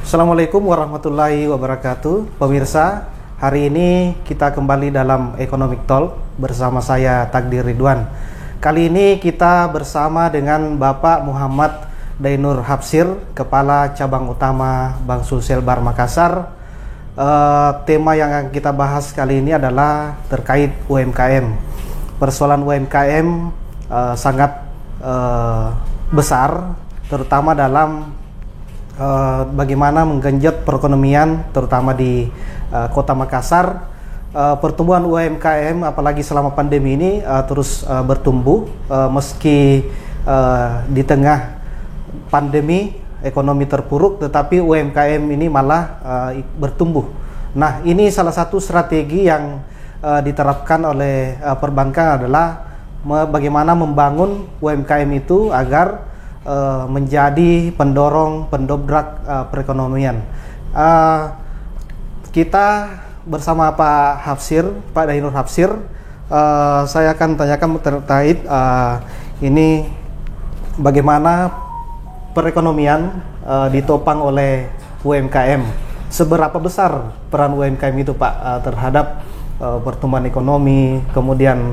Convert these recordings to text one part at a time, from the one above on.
Assalamualaikum warahmatullahi wabarakatuh. Pemirsa, hari ini kita kembali dalam Economic Talk bersama saya Takdir Ridwan. Kali ini kita bersama dengan Bapak Muhammad Dainur Hapsir, Kepala Cabang Utama Bank Sulselbar Makassar. Tema yang akan kita bahas kali ini adalah terkait UMKM. Persoalan UMKM sangat besar, terutama dalam bagaimana menggenjot perekonomian terutama di Kota Makassar. Pertumbuhan UMKM apalagi selama pandemi ini terus bertumbuh meski di tengah pandemi ekonomi terpuruk, tetapi UMKM ini malah bertumbuh. Nah, ini salah satu strategi yang diterapkan oleh perbankan adalah bagaimana membangun UMKM itu agar menjadi pendobrak perekonomian. Kita bersama Pak Hapsir, Pak Dainur Hapsir. Saya akan tanyakan terkait ini bagaimana perekonomian ditopang oleh UMKM. Seberapa besar peran UMKM itu, Pak, terhadap pertumbuhan ekonomi, kemudian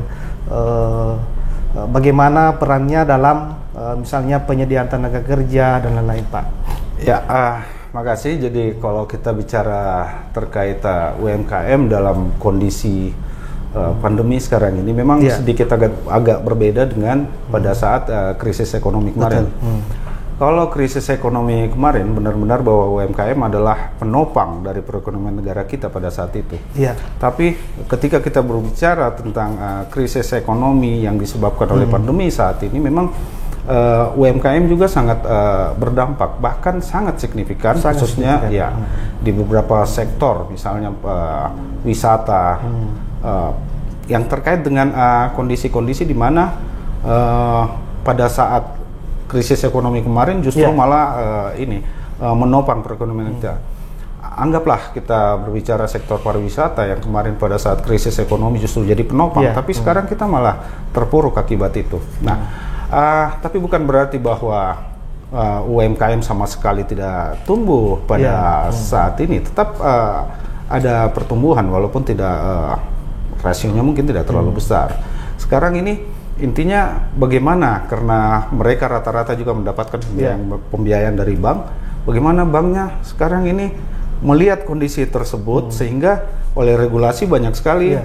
bagaimana perannya dalam misalnya penyediaan tenaga kerja dan lain-lain, Pak? Ya, makasih. Jadi kalau kita bicara terkait UMKM dalam kondisi pandemi sekarang ini memang sedikit agak berbeda dengan pada saat krisis ekonomi kemarin. Kalau krisis ekonomi kemarin benar-benar bahwa UMKM adalah penopang dari perekonomian negara kita pada saat itu. Tapi ketika kita berbicara tentang krisis ekonomi yang disebabkan oleh pandemi saat ini, memang UMKM juga sangat berdampak, bahkan sangat signifikan, khususnya di beberapa sektor, misalnya wisata, yang terkait dengan kondisi-kondisi di mana pada saat krisis ekonomi kemarin justru malah menopang perekonomian kita. Anggaplah kita berbicara sektor pariwisata yang kemarin pada saat krisis ekonomi justru jadi penopang, tapi sekarang kita malah terpuruk akibat itu. Nah, tapi bukan berarti bahwa UMKM sama sekali tidak tumbuh pada saat ini. Tetap ada pertumbuhan walaupun tidak rasionya mungkin tidak terlalu besar. Sekarang ini intinya bagaimana, karena mereka rata-rata juga mendapatkan pembiayaan dari bank, bagaimana banknya sekarang ini melihat kondisi tersebut sehingga oleh regulasi banyak sekali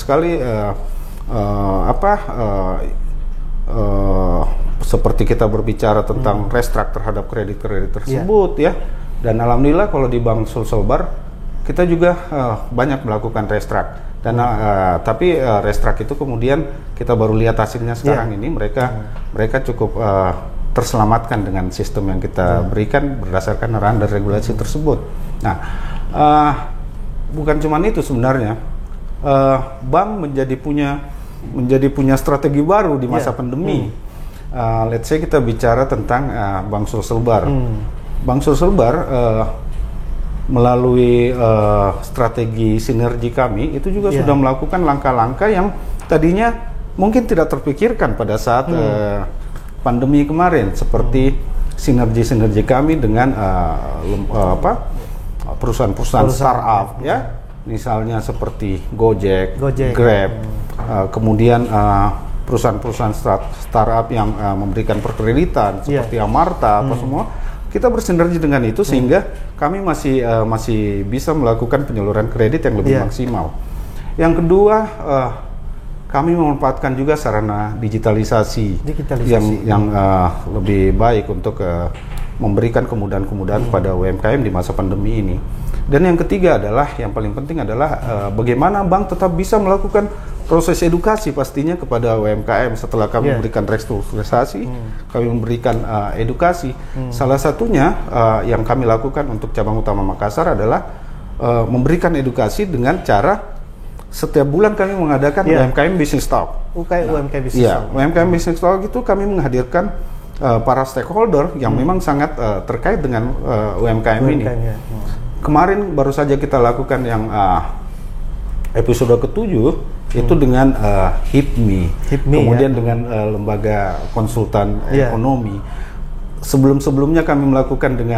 seperti kita berbicara tentang restruct terhadap kredit-kredit tersebut dan alhamdulillah kalau di Bank Sulselbar kita juga banyak melakukan restruct. Dan tapi restruct itu kemudian kita baru lihat hasilnya sekarang ini mereka cukup terselamatkan dengan sistem yang kita berikan berdasarkan arahan dan regulasi tersebut. Nah, bukan cuma itu sebenarnya, bank menjadi punya strategi baru di masa pandemi. Let's say kita bicara tentang Bank Sulselbar. Bank Sulselbar melalui strategi sinergi kami itu juga sudah melakukan langkah-langkah yang tadinya mungkin tidak terpikirkan pada saat pandemi kemarin, seperti sinergi kami dengan perusahaan-perusahaan startup misalnya seperti Gojek. Grab, kemudian perusahaan-perusahaan startup yang memberikan perkreditan seperti Amarta, apa semua. Kita bersinergi dengan itu sehingga kami masih bisa melakukan penyaluran kredit yang lebih maksimal. Yang kedua, kami memanfaatkan juga sarana digitalisasi. yang lebih baik untuk memberikan kemudahan-kemudahan pada UMKM di masa pandemi ini. Dan yang ketiga adalah, yang paling penting adalah bagaimana bank tetap bisa melakukan proses edukasi pastinya kepada UMKM setelah kami memberikan restrukturisasi, kami memberikan edukasi. Salah satunya yang kami lakukan untuk cabang utama Makassar adalah memberikan edukasi dengan cara setiap bulan kami mengadakan UMKM Business Talk. UMKM Business Talk itu kami menghadirkan para stakeholder yang memang sangat terkait dengan UMKM ini. Kemarin baru saja kita lakukan yang episode ke-7 itu dengan HIPMI, kemudian dengan lembaga konsultan ekonomi. Sebelum-sebelumnya kami melakukan dengan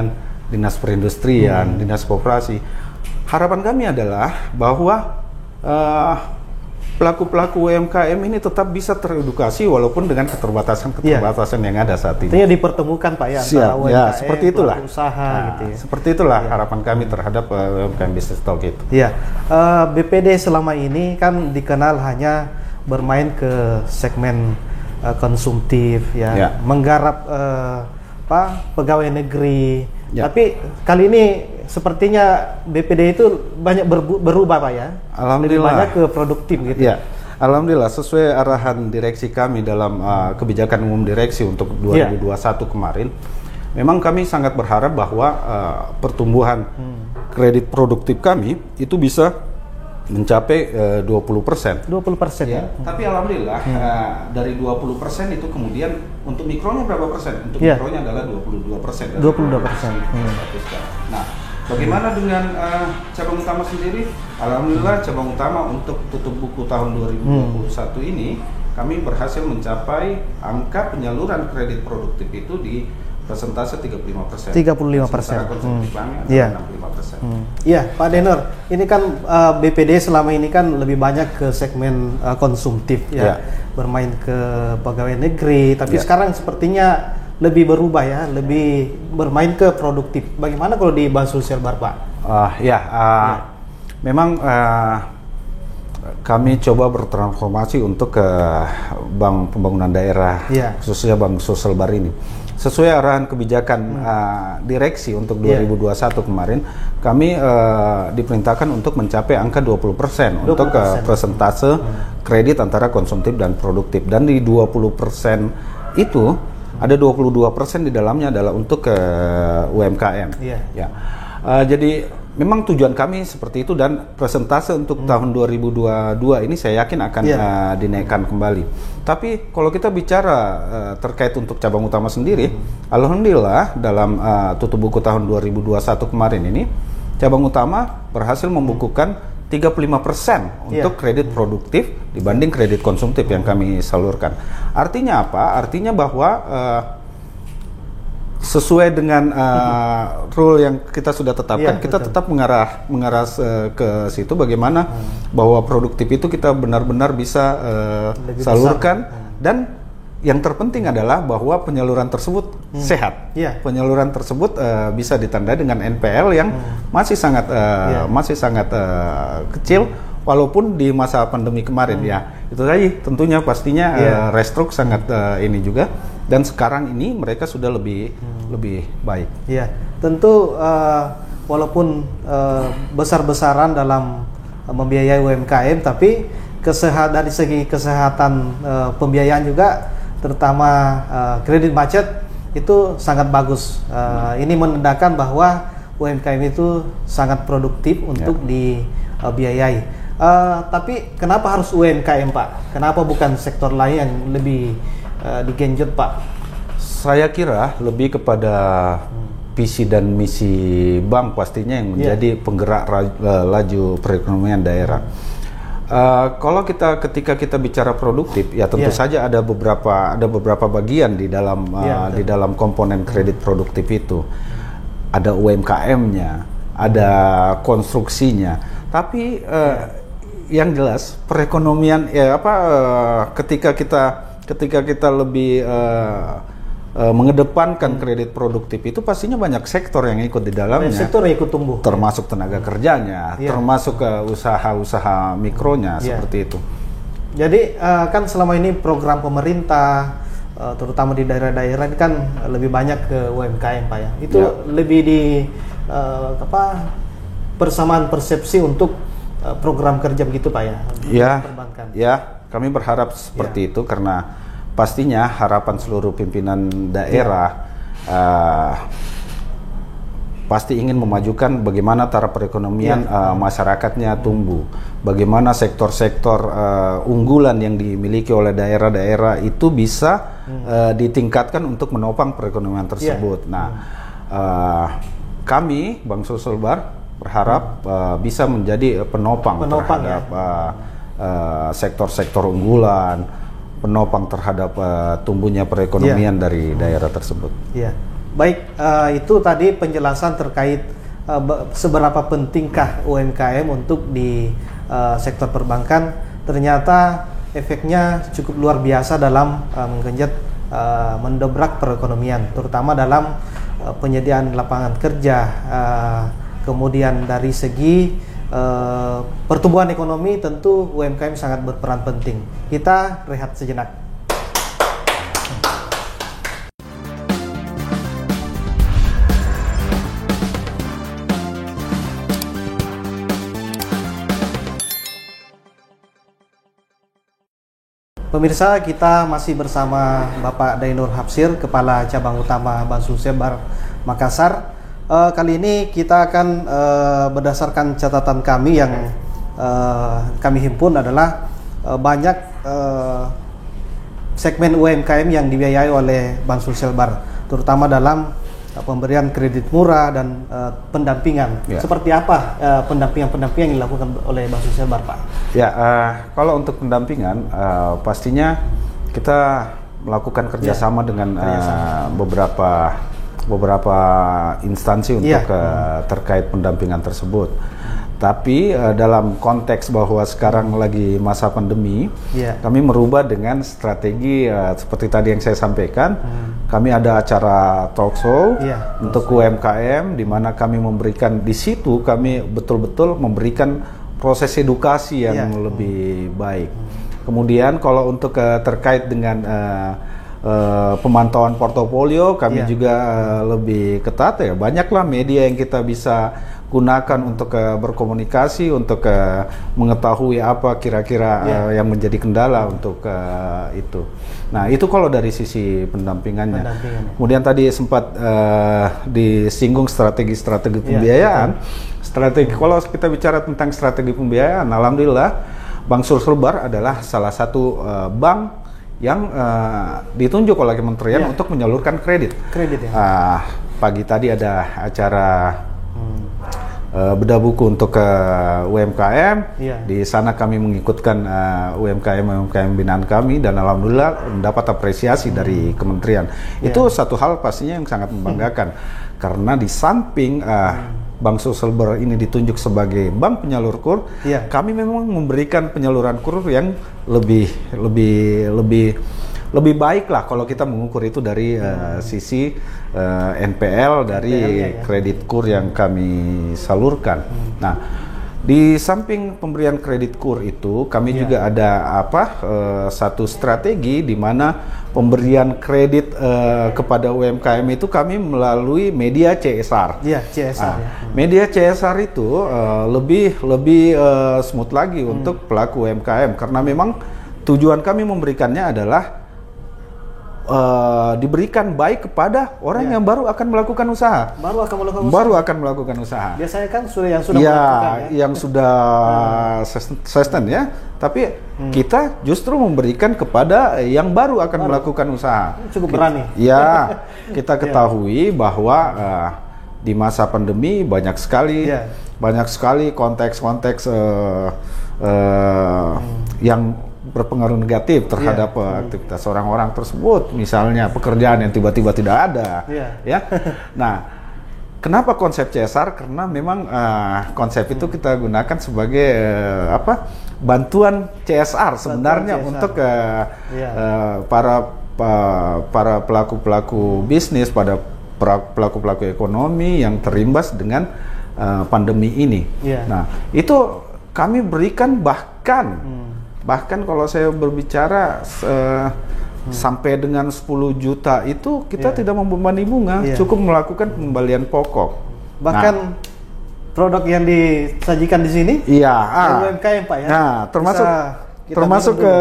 dinas perindustrian, dinas koperasi. Harapan kami adalah bahwa pelaku-pelaku UMKM ini tetap bisa teredukasi walaupun dengan keterbatasan yang ada saat ini. Artinya dipertemukan Pak ya, antara UMKM, ya, seperti itulah usaha gitu ya. Seperti itulah harapan kami terhadap UMKM Business Talk itu. Iya, BPD selama ini kan dikenal hanya bermain ke segmen konsumtif ya, menggarap pegawai negeri. Tapi kali ini sepertinya BPD itu banyak berubah Pak ya. Alhamdulillah. Lebih banyak ke produktif gitu. Ya. Alhamdulillah sesuai arahan direksi kami dalam kebijakan umum direksi untuk 2021 kemarin, memang kami sangat berharap bahwa pertumbuhan kredit produktif kami itu bisa mencapai 20%. 20% ya. Tapi alhamdulillah dari 20% itu kemudian untuk mikronya berapa persen? Untuk mikronya adalah 22%. 22%. Nah, bagaimana dengan cabang utama sendiri? Alhamdulillah cabang utama untuk tutup buku tahun 2021 ini kami berhasil mencapai angka penyaluran kredit produktif itu di persentase 35%. 35%. Konsumtif kami Iya. 65%. Iya, Pak Denur. Ini kan BPD selama ini kan lebih banyak ke segmen konsumtif ya, bermain ke pegawai negeri. Tapi sekarang sepertinya lebih berubah ya, lebih bermain ke produktif. Bagaimana kalau di Bank Sosial Bar Pak? Memang kami coba bertransformasi untuk ke Bank Pembangunan Daerah, khususnya Bank Sosial Bar ini. Sesuai arahan kebijakan direksi untuk 2021 kemarin, kami diperintahkan untuk mencapai angka 20% untuk persentase kredit antara konsumtif dan produktif. Dan di 20% itu ada 22% di dalamnya adalah untuk UMKM. Jadi memang tujuan kami seperti itu, dan persentase untuk tahun 2022 ini saya yakin akan dinaikkan kembali. Tapi kalau kita bicara terkait untuk cabang utama sendiri, alhamdulillah dalam tutup buku tahun 2021 kemarin ini, cabang utama berhasil membukukan 35% untuk kredit produktif dibanding kredit konsumtif yang kami salurkan. Artinya apa? Artinya bahwa sesuai dengan rule yang kita sudah tetapkan, kita tetap mengarah ke situ, bagaimana bahwa produktif itu kita benar-benar bisa salurkan, dan yang terpenting adalah bahwa penyaluran tersebut sehat. Penyaluran tersebut bisa ditandai dengan NPL yang masih sangat kecil, walaupun di masa pandemi kemarin itu tadi tentunya pastinya restruk sangat ini juga, dan sekarang ini mereka sudah lebih baik. Tentu walaupun besar-besaran dalam membiayai UMKM, tapi dari segi kesehatan pembiayaan juga, terutama kredit macet itu sangat bagus. Ini menandakan bahwa UMKM itu sangat produktif untuk dibiayai. Tapi kenapa harus UMKM Pak? Kenapa bukan sektor lain yang lebih digenjot Pak? Saya kira lebih kepada visi dan misi bank pastinya yang menjadi penggerak laju perekonomian daerah. Kalau ketika kita bicara produktif, ya tentu saja ada beberapa bagian di dalam komponen kredit produktif itu. Ada UMKM-nya, ada konstruksinya. Tapi yang jelas perekonomian ketika kita lebih mengedepankan kredit produktif itu, pastinya banyak sektor yang ikut di dalamnya. Sektor yang ikut tumbuh. Termasuk tenaga kerjanya, termasuk usaha-usaha mikronya, seperti itu. Jadi kan selama ini program pemerintah, terutama di daerah-daerah ini kan lebih banyak ke UMKM Pak ya. Itu lebih di persamaan persepsi untuk program kerja begitu Pak ya? Ya, kami berharap seperti itu, karena pastinya harapan seluruh pimpinan daerah pasti ingin memajukan bagaimana taraf perekonomian masyarakatnya tumbuh, bagaimana sektor-sektor unggulan yang dimiliki oleh daerah-daerah itu bisa ditingkatkan untuk menopang perekonomian tersebut. Kami Bank Sosial Bar berharap bisa menjadi penopang terhadap sektor-sektor unggulan, penopang terhadap tumbuhnya perekonomian dari daerah tersebut. Baik, itu tadi penjelasan terkait seberapa pentingkah UMKM untuk di sektor perbankan. Ternyata efeknya cukup luar biasa dalam menggenjot mendobrak perekonomian, terutama dalam penyediaan lapangan kerja, kemudian dari segi pertumbuhan ekonomi tentu UMKM sangat berperan penting. Kita rehat sejenak. Pemirsa, kita masih bersama Bapak Dainur Hapsir, Kepala Cabang Utama Bank Sulsel Bar Makassar. Kali ini kita akan berdasarkan catatan kami yang kami himpun adalah banyak segmen UMKM yang dibiayai oleh Bank Sulsel Bar, terutama dalam pemberian kredit murah dan pendampingan. Ya. Seperti apa pendampingan yang dilakukan oleh Bank Sulsel Bar, Pak? Ya, kalau untuk pendampingan pastinya kita melakukan kerjasama dengan beberapa instansi untuk terkait pendampingan tersebut. Tapi dalam konteks bahwa sekarang lagi masa pandemi, kami merubah dengan strategi seperti tadi yang saya sampaikan. Kami ada acara talk show untuk UMKM, di mana kami memberikan di situ kami betul-betul memberikan proses edukasi yang lebih baik. Kemudian kalau untuk terkait dengan pemantauan portofolio, kami juga lebih ketat ya. Banyaklah media yang kita bisa gunakan untuk berkomunikasi, untuk mengetahui apa kira-kira yang menjadi kendala untuk itu. Nah, itu kalau dari sisi pendampingannya. Kemudian tadi sempat disinggung strategi-strategi pembiayaan. Kalau kita bicara tentang strategi pembiayaan, alhamdulillah Bank Sulsel Bar adalah salah satu bank yang ditunjuk oleh Kementerian untuk menyalurkan kredit. Pagi tadi ada acara bedah buku untuk UMKM. Di sana kami mengikutkan UMKM binaan kami, dan alhamdulillah mendapat apresiasi dari kementerian. Itu satu hal pastinya yang sangat membanggakan, karena di samping Bank Sulsel Bar ini ditunjuk sebagai bank penyalur KUR, kami memang memberikan penyaluran KUR yang lebih baik lah kalau kita mengukur itu dari sisi NPL dari kredit KUR yang kami salurkan. Nah, di samping pemberian kredit KUR itu, kami juga ada satu strategi di mana pemberian kredit kepada UMKM itu kami melalui media CSR. Media CSR itu lebih smooth lagi untuk pelaku UMKM, karena memang tujuan kami memberikannya adalah diberikan baik kepada orang yang baru akan melakukan usaha. Baru akan melakukan usaha. Biasanya kan yang sudah melakukan, yang sudah sustain ya. Tapi kita justru memberikan kepada yang baru akan melakukan usaha. Cukup berani. Ya, kita ketahui bahwa di masa pandemi banyak sekali konteks-konteks yang berpengaruh negatif terhadap aktivitas orang-orang tersebut, misalnya pekerjaan yang tiba-tiba tidak ada, ya. Nah, kenapa konsep CSR? Karena memang konsep itu kita gunakan sebagai bantuan CSR sebenarnya untuk para pelaku-pelaku bisnis, pada pelaku-pelaku ekonomi yang terimbas dengan pandemi ini. Nah, itu kami berikan bahkan kalau saya berbicara sampai dengan 10 juta itu kita tidak membebani bunga, cukup melakukan pembelian pokok. Bahkan produk yang disajikan di sini UMKM, Pak ya. Nah, termasuk ke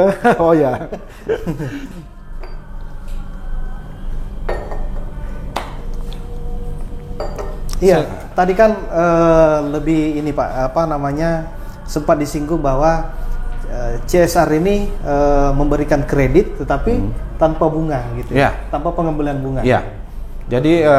tadi kan lebih ini Pak, sempat disinggung bahwa CSR ini memberikan kredit tetapi tanpa bunga gitu, tanpa pengembalian bunga. Jadi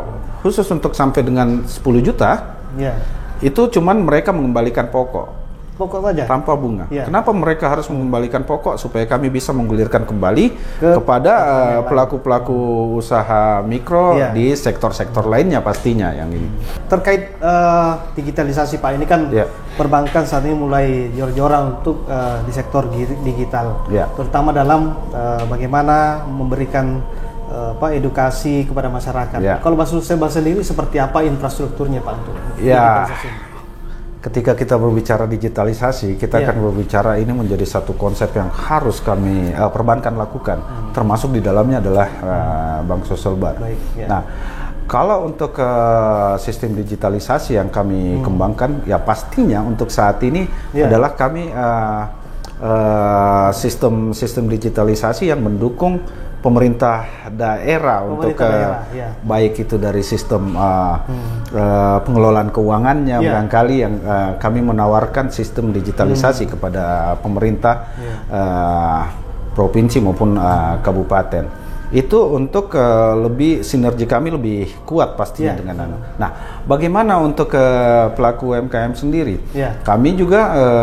khusus untuk sampai dengan 10 juta, itu cuman mereka mengembalikan pokok. Pokok saja. Tanpa bunga. Ya. Kenapa mereka harus mengembalikan pokok? Supaya kami bisa menggulirkan kembali kepada pelaku-pelaku usaha mikro di sektor-sektor lainnya pastinya yang ini. Terkait digitalisasi Pak, ini kan perbankan saat ini mulai jor-joran untuk di sektor digital, terutama dalam bagaimana memberikan edukasi kepada masyarakat. Kalau Bank Sosial Bar sendiri seperti apa infrastrukturnya Pak untuk digitalisasi? Ketika kita berbicara digitalisasi, kita akan berbicara ini menjadi satu konsep yang harus kami perbankan lakukan, termasuk di dalamnya adalah Bank Sosial Bar. Nah, kalau untuk sistem digitalisasi yang kami kembangkan, ya pastinya untuk saat ini adalah kami sistem digitalisasi yang mendukung pemerintah daerah untuk baik itu dari sistem pengelolaan keuangannya, barangkali yang kami menawarkan sistem digitalisasi kepada pemerintah provinsi maupun kabupaten. Itu untuk lebih sinergi kami lebih kuat pastinya dengan Nah, bagaimana untuk pelaku UMKM sendiri? Kami juga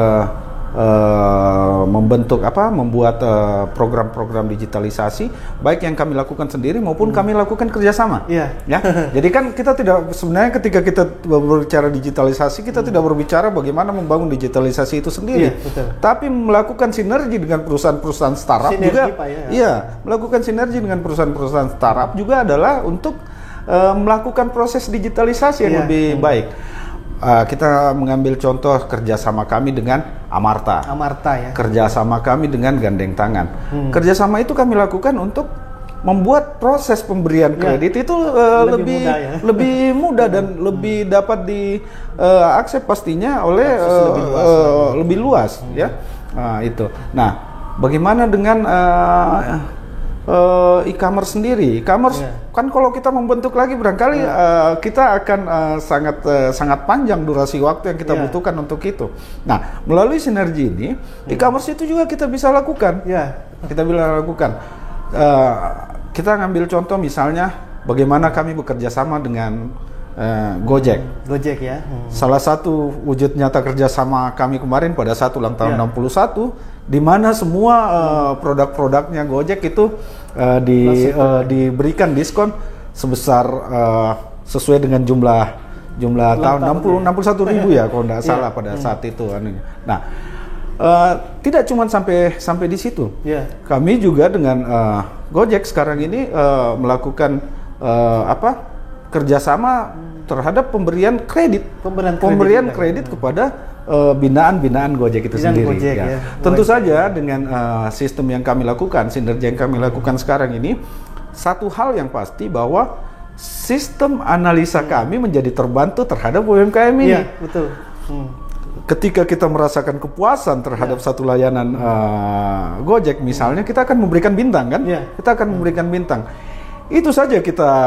membuat program-program digitalisasi baik yang kami lakukan sendiri maupun kami lakukan kerjasama. Jadi kan kita sebenarnya ketika kita berbicara digitalisasi, kita tidak berbicara bagaimana membangun digitalisasi itu sendiri, tapi melakukan sinergi dengan perusahaan-perusahaan startup juga. Melakukan sinergi dengan perusahaan-perusahaan startup juga adalah untuk melakukan proses digitalisasi yang lebih baik. Kita mengambil contoh kerjasama kami dengan Amarta kerjasama kami dengan Gandeng Tangan. Kerjasama itu kami lakukan untuk membuat proses pemberian kredit itu lebih mudah dan lebih dapat diakses pastinya oleh lebih luas itu. Nah, bagaimana dengan e-commerce sendiri? E-commerce kan kalau kita membentuk lagi barangkali kita akan sangat panjang durasi waktu yang kita butuhkan untuk itu. Nah, melalui sinergi ini, e-commerce itu juga kita bisa lakukan. Kita bisa lakukan. Kita ngambil contoh misalnya bagaimana kami bekerja sama dengan Gojek. Salah satu wujud nyata kerjasama kami kemarin pada saat ulang tahun 61, di mana semua produk-produknya Gojek itu diberikan diskon sebesar sesuai dengan jumlah tahun 61.000 ya kalau tidak salah pada saat itu. Nah, tidak cuma sampai di situ. Kami juga dengan Gojek sekarang ini melakukan kerjasama terhadap pemberian kredit kepada binaan Gojek itu sendiri. Tentu saja dengan sistem yang kami lakukan, sinergi yang kami lakukan sekarang ini, satu hal yang pasti bahwa sistem analisa kami menjadi terbantu terhadap UMKM ini. Ketika kita merasakan kepuasan terhadap satu layanan Gojek misalnya, kita akan memberikan bintang kan? Kita akan memberikan bintang. Itu saja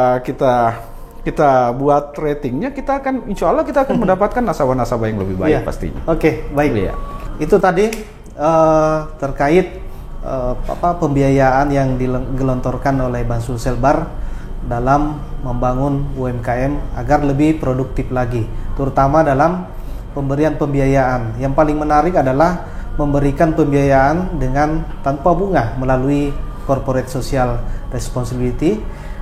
kita buat ratingnya, kita akan insya Allah kita akan mendapatkan nasabah-nasabah yang lebih baik pastinya. Baik. Itu tadi terkait pembiayaan yang digelontorkan oleh Bank Sosial Bar dalam membangun UMKM agar lebih produktif lagi, terutama dalam pemberian pembiayaan. Yang paling menarik adalah memberikan pembiayaan dengan tanpa bunga melalui corporate social responsibility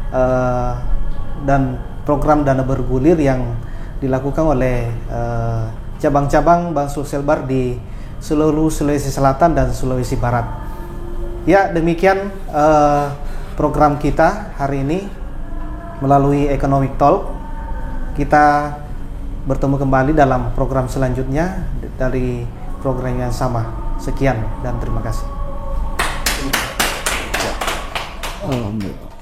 dan program dana bergulir yang dilakukan oleh cabang-cabang Bank Sosial Bar di seluruh Sulawesi Selatan dan Sulawesi Barat. Ya, demikian program kita hari ini melalui Economic Talk. Kita bertemu kembali dalam program selanjutnya dari program yang sama. Sekian dan terima kasih.